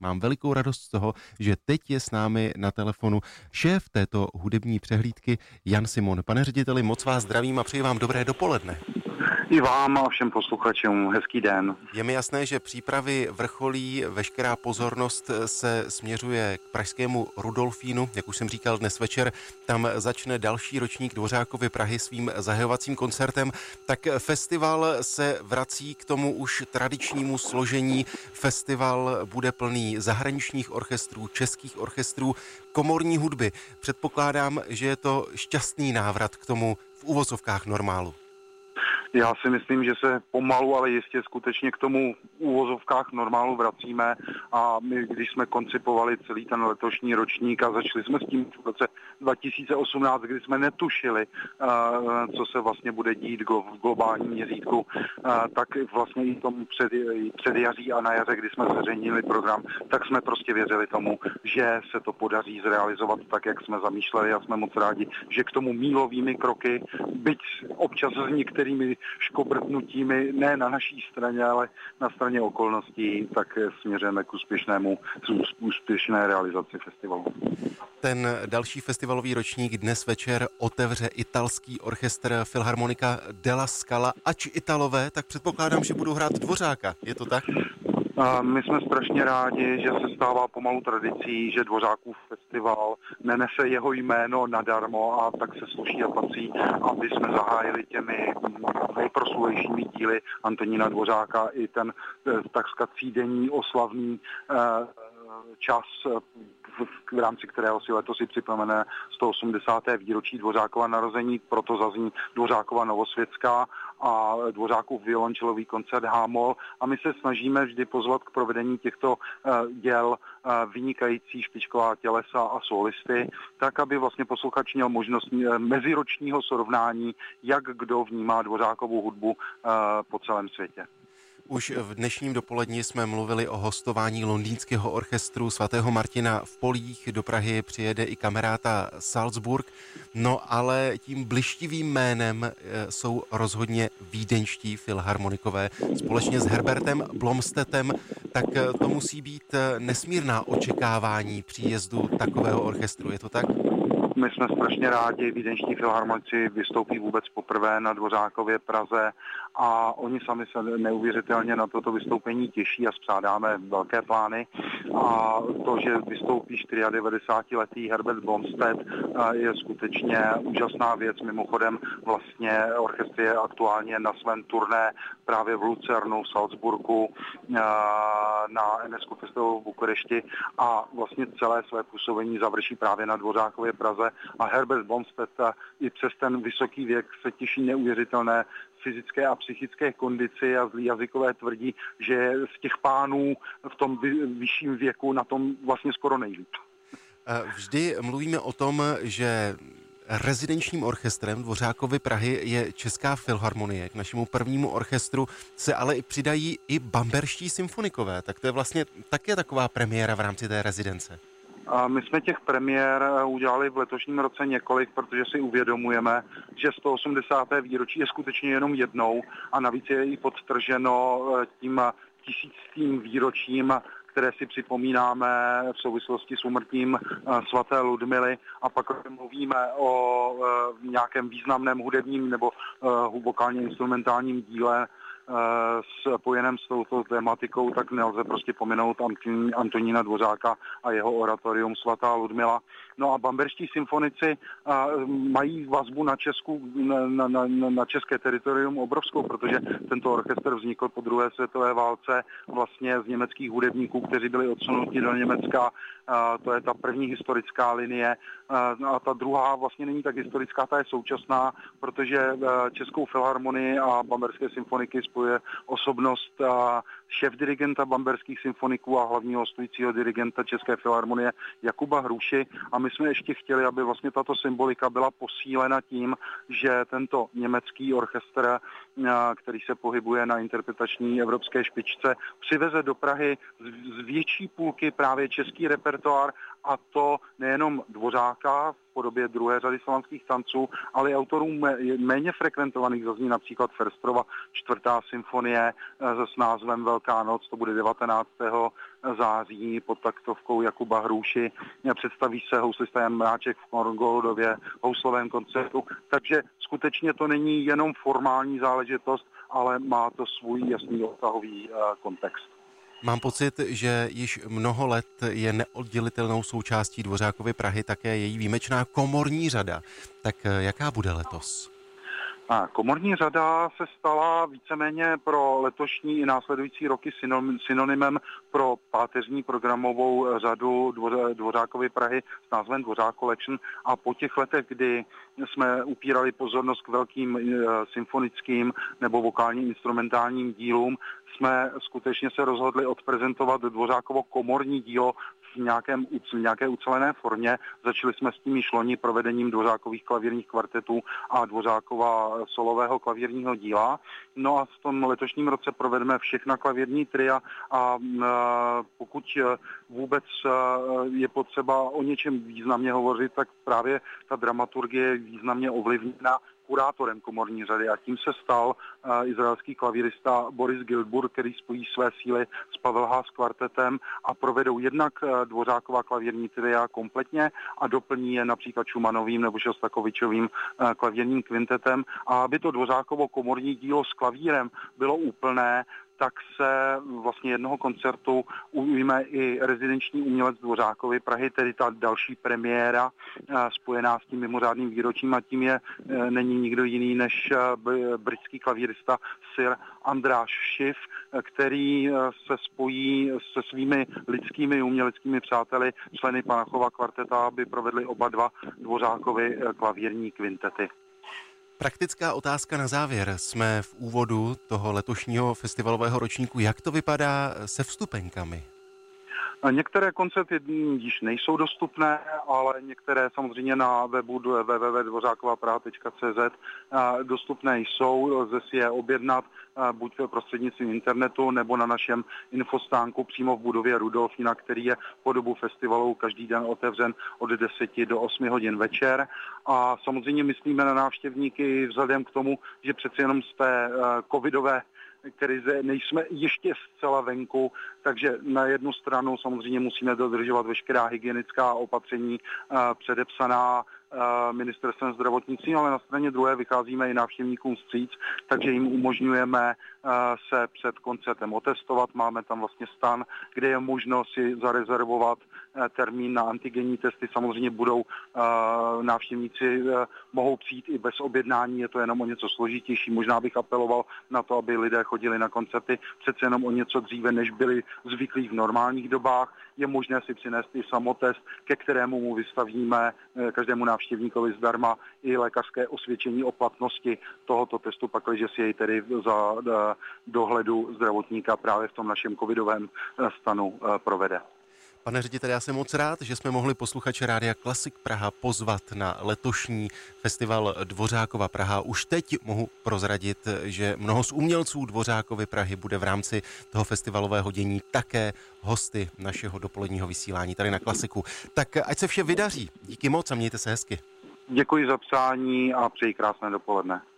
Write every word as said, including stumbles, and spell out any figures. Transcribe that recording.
mám velikou radost z toho, že teď je s námi na telefonu šéf této hudební přehlídky Jan Simon. Pane řediteli, moc vás zdravím a přeji vám dobré dopoledne. I vám a všem posluchačům hezký den. Je mi jasné, že přípravy vrcholí, veškerá pozornost se směřuje k pražskému Rudolfínu, jak už jsem říkal dnes večer, tam začne další ročník Dvořákovy Prahy svým zahajovacím koncertem, tak festival se vrací k tomu už tradičnímu složení. Festival bude plný zahraničních orchestrů, českých orchestrů, komorní hudby. Předpokládám, že je to šťastný návrat k tomu v uvozovkách normálu. Já si myslím, že se pomalu, ale jistě skutečně k tomu úvozovkách normálu vracíme a my, když jsme koncipovali celý ten letošní ročník a začali jsme s tím v roce dva tisíce osmnáct, kdy jsme netušili, co se vlastně bude dít v globálním měřítku, tak vlastně i tomu před, před jaří a na jaře, kdy jsme zveřejnili program, tak jsme prostě věřili tomu, že se to podaří zrealizovat tak, jak jsme zamýšleli a jsme moc rádi, že k tomu mílovými kroky, byť občas s některými škobrtnutími, ne na naší straně, ale na straně okolností, tak směřujeme k úspěšnému, úspěšné realizaci festivalu. Ten další festivalový ročník dnes večer otevře italský orchestr Filharmonica della Scala. Ač Italové, tak předpokládám, že budou hrát Dvořáka. Je to tak? My jsme strašně rádi, že se stává pomalu tradicí, že Dvořákův festival nenese jeho jméno nadarmo a tak se sluší a patří, aby jsme zahájili těmi nejproslulejšími díly Antonína Dvořáka i ten takřka třídenní oslavný čas, v rámci kterého si letos si připomene sto osmdesáté výročí Dvořákova narození, proto zazní Dvořákova Novosvětská a Dvořákův violončelový koncert H-moll a my se snažíme vždy pozvat k provedení těchto děl vynikající špičková tělesa a solisty, tak, aby vlastně posluchač měl možnost meziročního srovnání, jak kdo vnímá Dvořákovou hudbu po celém světě. Už v dnešním dopoledni jsme mluvili o hostování londýnského orchestru svatého Martina v Polích. Do Prahy přijede i Kamerata Salzburg. No ale tím blištivým jménem jsou rozhodně vídeňští filharmonikové. Společně s Herbertem Blomstedtem, tak to musí být nesmírná očekávání příjezdu takového orchestru. Je to tak? My jsme strašně rádi, vídeňští filharmonici vystoupí vůbec poprvé na Dvořákově Praze a oni sami se neuvěřitelně na toto vystoupení těší a spřádáme velké plány. A to, že vystoupí devadesátčtyřletý Herbert Blomstedt, je skutečně úžasná věc. Mimochodem vlastně orchestr je aktuálně na svém turné právě v Lucernu, v Salzburgu, na en es ko festivalu v Bukurešti a vlastně celé své působení završí právě na Dvořákově Praze a Herbert Blomstedt i přes ten vysoký věk se těší neuvěřitelné fyzické a psychické kondici a zlý jazykové tvrdí, že z těch pánů v tom vyšším věku na tom vlastně skoro nejlíp. Vždy mluvíme o tom, že rezidenčním orchestrem Dvořákovy Prahy je Česká filharmonie. K našemu prvnímu orchestru se ale i přidají i bamberští symfonikové. Tak to je vlastně také taková premiéra v rámci té rezidence. A my jsme těch premiér udělali v letošním roce několik, protože si uvědomujeme, že sto osmdesáté výročí je skutečně jenom jednou a navíc je i podtrženo tím tisíctým výročím, které si připomínáme v souvislosti s úmrtím svaté Ludmily a pak mluvíme o nějakém významném hudebním nebo vokálně instrumentálním díle spojeném s touto tématikou, tak nelze prostě pominout Antonína Dvořáka a jeho oratorium Svatá Ludmila. No a bamberští symfonici mají vazbu na, Česku, na, na, na české teritorium obrovskou, protože tento orchestr vznikl po druhé světové válce vlastně z německých hudebníků, kteří byli odsunuti do Německa. To je ta první historická linie. A ta druhá vlastně není tak historická, ta je současná, protože Českou filharmonii a bamberské symfoniky spojuje osobnost šéfdirigenta bamberských symfoniků a hlavního hostujícího dirigenta České filharmonie Jakuba Hruši. A my jsme ještě chtěli, aby vlastně tato symbolika byla posílena tím, že tento německý orchestr, který se pohybuje na interpretační evropské špičce, přiveze do Prahy z větší půlky právě český repertoár, a to nejenom Dvořáka v podobě druhé řady slovanských tanců, ale i autorů méně frekventovaných. Zazní například Förstrova čtvrtá symfonie s názvem Velká noc, to bude devatenáctého září pod taktovkou Jakuba Hruši. Představí se houslista Jan Mráček v Korngoldově houslovém koncertu. Takže skutečně to není jenom formální záležitost, ale má to svůj jasný obsahový kontext. Mám pocit, že již mnoho let je neoddělitelnou součástí Dvořákovy Prahy také její výjimečná komorní řada. Tak jaká bude letos? A komorní řada se stala víceméně pro letošní i následující roky synonymem pro páteřní programovou řadu Dvořákovy Prahy s názvem Dvořák Collection a po těch letech, kdy jsme upírali pozornost k velkým symfonickým nebo vokálně instrumentálním dílům, jsme skutečně se rozhodli odprezentovat Dvořákovo komorní dílo v, nějakém, v nějaké ucelené formě. Začali jsme s tím již loni provedením Dvořákových klavírních kvartetů a Dvořákova solového klavírního díla. No a v tom letošním roce provedeme všechna klavírní tria a pokud vůbec je potřeba o něčem významně hovořit, tak právě ta dramaturgie je významně ovlivněna kurátorem komorní řady a tím se stal uh, izraelský klavírista Boris Giltburg, který spojí své síly s Pavel Haas kvartetem a provedou jednak uh, Dvořáková klavírní tria kompletně a doplní je například Šumanovým nebo Šostakovičovým uh, klavírním kvintetem a aby to Dvořákovo komorní dílo s klavírem bylo úplné, tak se vlastně jednoho koncertu ujme i rezidenční umělec Dvořákovy Prahy, tedy ta další premiéra spojená s tím mimořádným výročím a tím je není nikdo jiný než britský klavírista Sir András Schiff, který se spojí se svými lidskými uměleckými přáteli, členy Panachova kvarteta, aby provedli oba dva Dvořákovy klavírní kvintety. Praktická otázka na závěr. Jsme v úvodu toho letošního festivalového ročníku. Jak to vypadá se vstupenkami? Některé koncerty již nejsou dostupné, ale některé samozřejmě na webu w w w tečka dvořákovapraha tečka c z dostupné jsou. Lze si je objednat buď prostřednictvím internetu nebo na našem infostánku přímo v budově Rudolfína, který je po dobu festivalu každý den otevřen od deseti do osmi hodin večer. A samozřejmě myslíme na návštěvníky vzhledem k tomu, že přeci jenom z té covidové krize nejsme ještě zcela venku, takže na jednu stranu samozřejmě musíme dodržovat veškerá hygienická opatření předepsaná ministerstvem zdravotnictví, ale na straně druhé vycházíme i návštěvníkům vstříc, takže jim umožňujeme se před koncertem otestovat. Máme tam vlastně stan, kde je možno si zarezervovat termín na antigenní testy. Samozřejmě budou návštěvníci mohou přijít i bez objednání, je to jenom o něco složitější. Možná bych apeloval na to, aby lidé chodili na koncerty přece jenom o něco dříve, než byli zvyklí v normálních dobách. Je možné si přinést i samotest, ke kterému mu vystavíme každému návštěvníkovi zdarma i lékařské osvědčení o platnosti tohoto testu, pakliže si jej tedy za dohledu zdravotníka právě v tom našem covidovém stanu provede. Pane řediteli, já jsem moc rád, že jsme mohli posluchače Rádia Klasik Praha pozvat na letošní festival Dvořákova Praha. Už teď mohu prozradit, že mnoho z umělců Dvořákovy Prahy bude v rámci toho festivalového dění také hosty našeho dopoledního vysílání tady na Klasiku. Tak ať se vše vydaří. Díky moc a mějte se hezky. Děkuji za přání a přeji krásné dopoledne.